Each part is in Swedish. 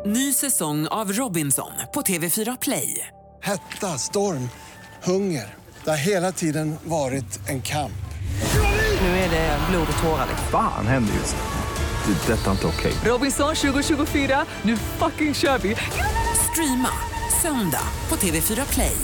Ny säsong av Robinson på TV4 Play. Hetta, storm, hunger. Det har hela tiden varit en kamp. Nu är det blod och tårar. Fan händer just nu. Det. Detta är inte okej. Robinson 2024, nu fucking kör vi. Streama söndag på TV4 Play.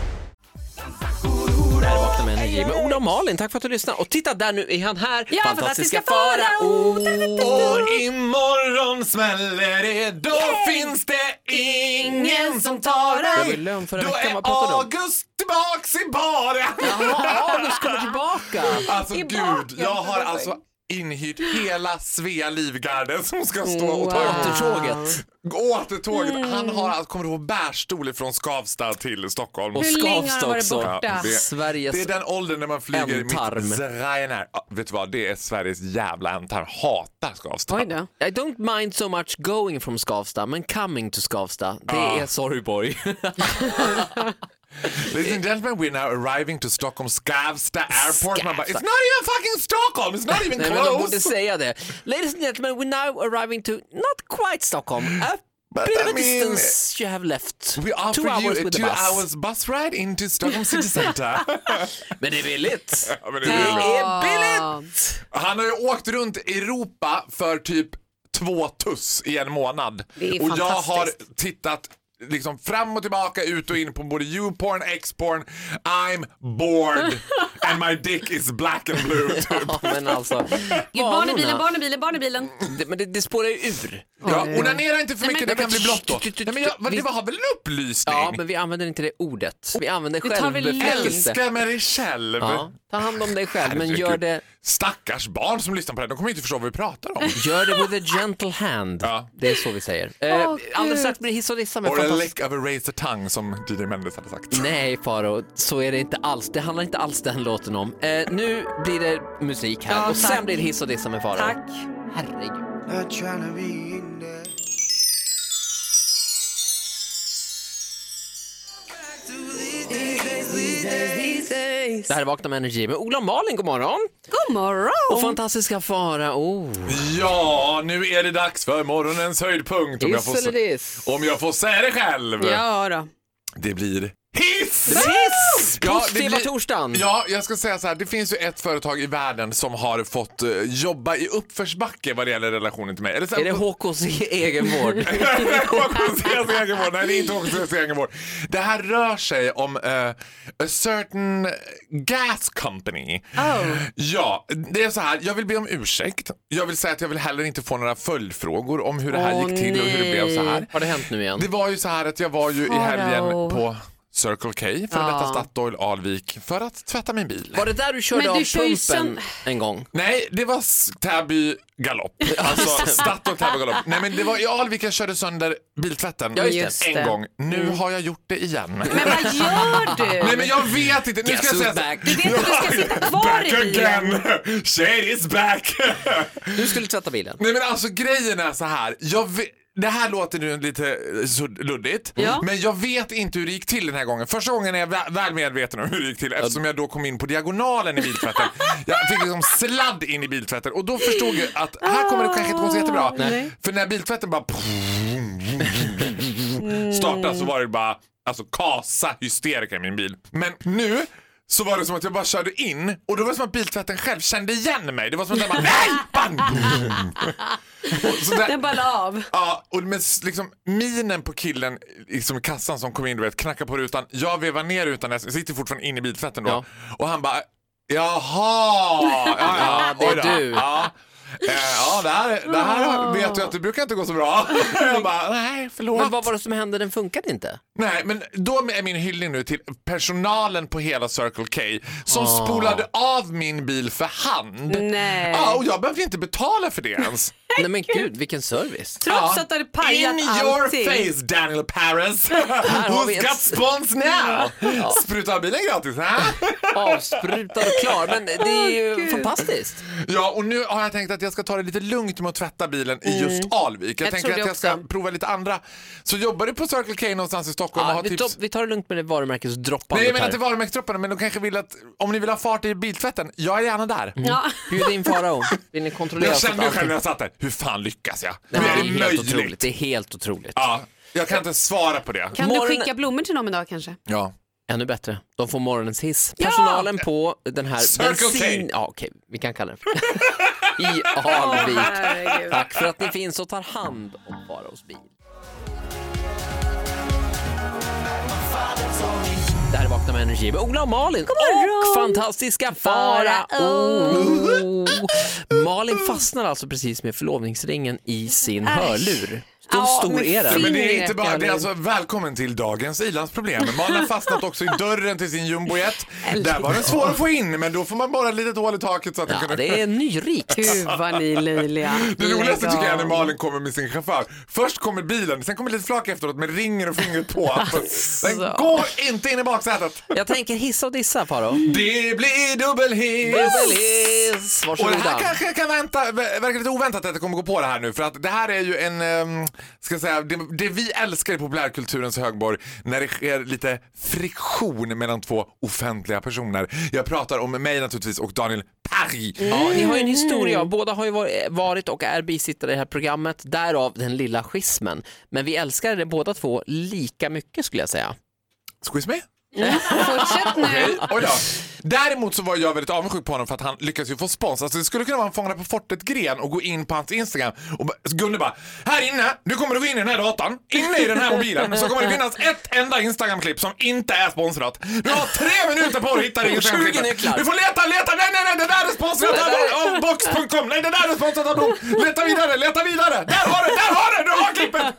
Där vaknar med energi med Ola och Malin. Tack för att du lyssnade. Och titta, där nu är han här. Ja, fantastiska Farao. Och imorgon smäller det. Då finns det ingen som tar dig. Jag vill lön för en vecka. Vad pratar du om? August tillbaks i baren. Jaha, August kommer tillbaka. Alltså gud, jag har alltså inhyrt hela Svea Livgarden som ska stå och ta Återtåget. Återtåget. Han har alltså kommit på bärstol från Skavsta till Stockholm. Och Hur länge har han Skavsta varit också. borta? Ja, Sveriges det är den åldern när man flyger ändtarm. mitt Ryanair. Vet du vad, det är Sveriges jävla ändtarm. Hatar Skavsta. Oj då. I don't mind so much going from Skavsta, men coming to Skavsta, det är Sorryboy. Ladies and gentlemen, we're now arriving to Stockholm Skavsta Airport. Man bara, it's not even fucking Stockholm, it's not even Nej, close. men de borde säga det. Ladies and gentlemen, we're now arriving to not quite Stockholm. A bit of a distance you have left. We offer 2 hours you a with the 2 bus. hours bus ride into Stockholm City Center. Men det är billigt. Ja, men det Det är billigt. är billigt. Han har ju åkt runt Europa för typ 2 tuss i en månad. Det är och jag har fantastiskt. tittat liksom fram och tillbaka, ut och in på både YouPorn, Xporn. I'm bored and my dick is black and blue typ. Ja, men alltså, Barnebilen. Men det spårar ju ur. Ja, onanera inte för mycket, det kan bli blått då. Nej, Nej, men det var väl en upplysning? Ja, men vi använder inte det ordet. Vi använder Du tar väl självbefrämjelse. Älska med dig själv. Ja, ta hand om dig själv, men Herregud. gör det, Stackars barn som lyssnar på det, de kommer inte förstå vad vi pratar om. gör det with a gentle hand. Ja. Det är så vi säger. Gud. Alldeles strax blir det hiss och dissa med Or a fantastisk... lick of a razor tongue som DJ Mendes hade sagt. Nej, Faro, så är det inte alls. Det handlar inte alls den låten om. Nu blir det musik här Ja, och sen tack. blir det hiss och dissa med Faro. Tack. Herregud. Det här är Vakna med energi med Ola och Malin, god morgon. God morgon. Och fantastiska Farao. Ja, nu är det dags för morgonens höjdpunkt. Hiss eller diss? Om jag får säga det själv. Ja då. Det blir hiss! Hiss! Ja, det Positiva blir- torsdagen. Ja, jag ska säga så här. Det finns ju ett företag i världen som har fått jobba i uppförsbacke vad det gäller relationen till mig. Eller så Är det HKs egenvård? HKCs egenvård. Nej, det är inte HKCs egenvård. Det här rör sig om a certain gas company. Ja, det är så här. Jag vill be om ursäkt. Jag vill säga att jag vill heller inte få några följdfrågor om hur det här gick till och hur det blev så här. Har det hänt nu igen? Det var ju så här att jag var ju i helgen Farao. på Circle K för detta Statoil Alvik för att tvätta min bil. Var det där du körde Men av du kör ju pumpen en gång? Nej, det var Täby galopp. Alltså Statoil Täby galopp. Nej, men det var i Alvik jag körde sönder biltvätten Ja, just en det. gång. Nu har jag gjort det igen. Men vad gör du? Nej, men jag vet inte. Nu ska jag Guess säga who's back? Du vet att du ska sitta kvar back i bilen. again. Shade is back. Du skulle tvätta bilen. Nej, men alltså grejen är så här. Det här låter nu lite så luddigt, Ja. men jag vet inte hur det gick till den här gången. Första gången är jag väl medveten om hur det gick till eftersom jag då kom in på diagonalen i biltvätten. Jag fick liksom sladd in i biltvätten och då förstod jag att här kommer det kanske inte gå så jättebra. Nej. För när biltvätten bara startade så var det bara alltså kasa hysterika i min bil. Men nu så var det som att jag bara körde in och då var det som att biltvätten själv kände igen mig. Det var som att den bara nej, bang! Och så där, Den bara la av. ja, och med liksom minen på killen liksom i kassan som kom in, du vet, knackar på rutan. Jag vevar ner rutan, jag sitter fortfarande inne i biltvätten då. Ja. Och han bara, jaha, ja, det är oj då. du. Ja. Ja, det här vet jag att det brukar inte gå så bra. Jag bara, nej, förlåt. Men vad var det som hände? Den funkade inte. Nej, men då är min hyllning nu till personalen på hela Circle K som spolade av min bil för hand. Nej. Ja, och jag behövde inte betala för det ens. Nej men gud, vilken service. Trots att du hade pajat In allting. your face, Daniel Paris. har vi Who's ett- got spons now? Spruta bilen gratis, ha? Avsprutad och klar, men det är ju fantastiskt. Ja, och nu har jag tänkt att jag ska ta det lite lugnt med att tvätta bilen i just Alvik. Jag Jag tänker tror att det jag ska också. prova lite andra. Så jobbar du på Circle K någonstans i Stockholm och har tips. Vi tar det lugnt med det varumärkesdroppandet. Nej, jag menar inte varumärkesdropparna, men de kanske vill att om ni vill ha fart i biltvätten, jag är gärna där. Ja. Bjud in Farao. Vill ni kontrollera? Jag kände ju själv när jag satt där, hur fan lyckas jag? Nej, Hur är det det är helt möjligt? otroligt. Det är helt otroligt. Ja, jag kan inte svara på det. Kan du skicka blommor till någon idag kanske? Ja. Ännu bättre. De får morgonens hiss. Personalen på den här Circle K. Ja, okej. Vi kan kalla det för i Alvik. Herregud. Tack för att ni finns och tar hand om Faraos bil. Det här är Vakna med Energy med Ola och Malin och fantastiska Farao. Malin fastnar alltså precis med förlovningsringen i sin hörlur. Så stor är den. Men det är inte bara, det är alltså välkommen till dagens ilandsproblem. Man har fastnat också i dörren till sin jumbojet. Där var den svår att få in, men då får man bara ett litet hål i taket så att Ja, det är nyrikt. Gud vad ni löjliga. Det roligaste tycker jag är när Malin kommer med sin chaufför. Först kommer bilen, sen kommer lite flak efteråt med ringer och fingret på. Den går inte in i baksätet. Jag tänker hissa och dissa, Farao. Det blir dubbelhiss. Dubbelhiss. Och det Varsågoda. här kanske kan verka lite oväntat att det kommer gå på det här nu. För att det här är ju en, ska jag säga, det vi älskar i populärkulturens högborg. När det sker lite friktion mellan två offentliga personer. Jag pratar om mig naturligtvis och Daniel Paris. Ja, ni har ju en historia. Båda har ju varit och är bisittare i det här programmet. Därav den lilla schismen. Men vi älskar det båda två lika mycket, skulle jag säga. Squeeze me? Fortsätt nu. Oj då. Däremot så var jag väldigt avundsjuk på honom för att han lyckas ju få spons. Alltså det skulle kunna vara en Fångarna på fortet-gren och gå in på hans Instagram och Gunde bara, här inne, du kommer att gå in i den här datan, inne i den här mobilen, så kommer det finnas ett enda Instagram-klipp som inte är sponsrat. Du har 3 minuter på att hitta det Instagram-klippet. Du får leta, nej, det där är sponsrat av box.com, nej det där är sponsrat av Blom. Leta vidare, där har du har klippet.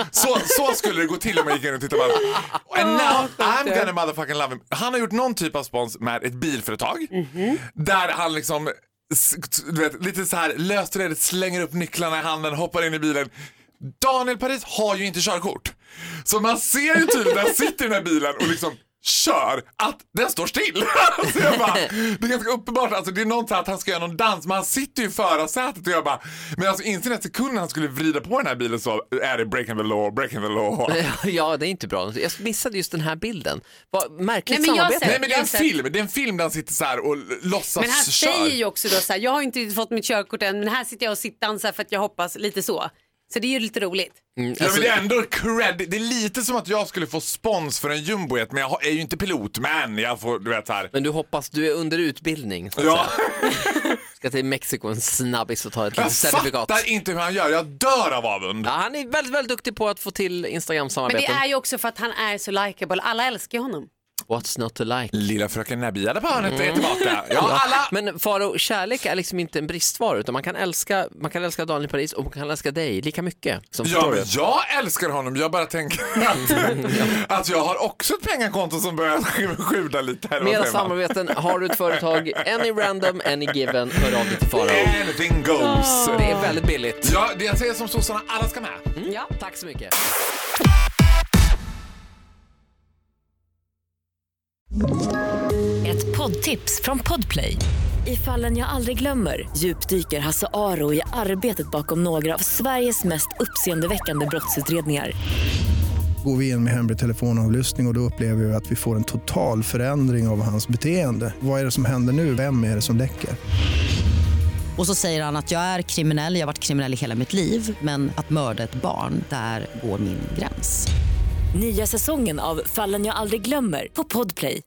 Så skulle det gå till om jag gick in och tittade på det. And now I'm gonna motherfucking love him. Han har gjort någon typ av spons med ett bilföretag där han liksom, du vet, lite så här lösredigt slänger upp nycklarna i handen, hoppar in i bilen. Daniel Paris har ju inte körkort, så man ser ju tydligt när han sitter i den här bilen och liksom kör att den står still. Så jag bara, det är ganska uppenbart, alltså det är något att han ska göra någon dans, men han sitter ju i förarsätet och jag bara, men alltså inser att sekunden han skulle vrida på den här bilen så är det breaking the law. Ja, det är inte bra. Jag missade just den här bilden. Vad märkligt Nej, men samarbete. Nej, men det är en film där han sitter så här och låtsas Men han kör. säger ju också då så här, jag har inte fått mitt körkort än, men här sitter jag och dansar för att jag hoppas lite så. Så det är ju lite roligt. Ja, men det är ändå cred. Det är lite som att jag skulle få spons för en jumbojet, men jag är ju inte pilot, men jag får, du vet här. Men du hoppas, du är under utbildning, så att Ja. säga. Ska till Mexiko en snabbis och ta ett Jag litet certifikat. fattar inte hur han gör. Jag dör av avund. Ja, han är väldigt, väldigt duktig på att få till Men Instagram-samarbeten. det är ju också för att han är så likeable. Alla älskar honom. What's not to like? Lilla fröken Nabia där på hörnet är tillbaka. Ja, alla. Men Farao, kärlek är liksom inte en bristvara, utan man kan älska Daniel Paris och man kan älska dig lika mycket. Som Ja, förstår men du. jag älskar honom. Jag bara tänker att jag har också ett pengakonto som börjar skjuda lite här. Mera samarbeten, har du ett företag, any random, any given, hör av dig till Farao. Anything goes. Det är väldigt billigt. Ja, det jag säger som sossarna, alla ska med. Ja, tack så mycket. Ett poddtips från Podplay. I Fallen jag aldrig glömmer djupdyker Hasse Aro i arbetet bakom några av Sveriges mest uppseendeväckande brottsutredningar. Går vi in med hemlig telefonavlyssning och då upplever vi att vi får en total förändring av hans beteende. Vad är det som händer nu? Vem är det som läcker? Och så säger han att jag är kriminell, jag har varit kriminell i hela mitt liv. Men att mörda ett barn, där går min gräns. Nya säsongen av Fallen jag aldrig glömmer på Podplay.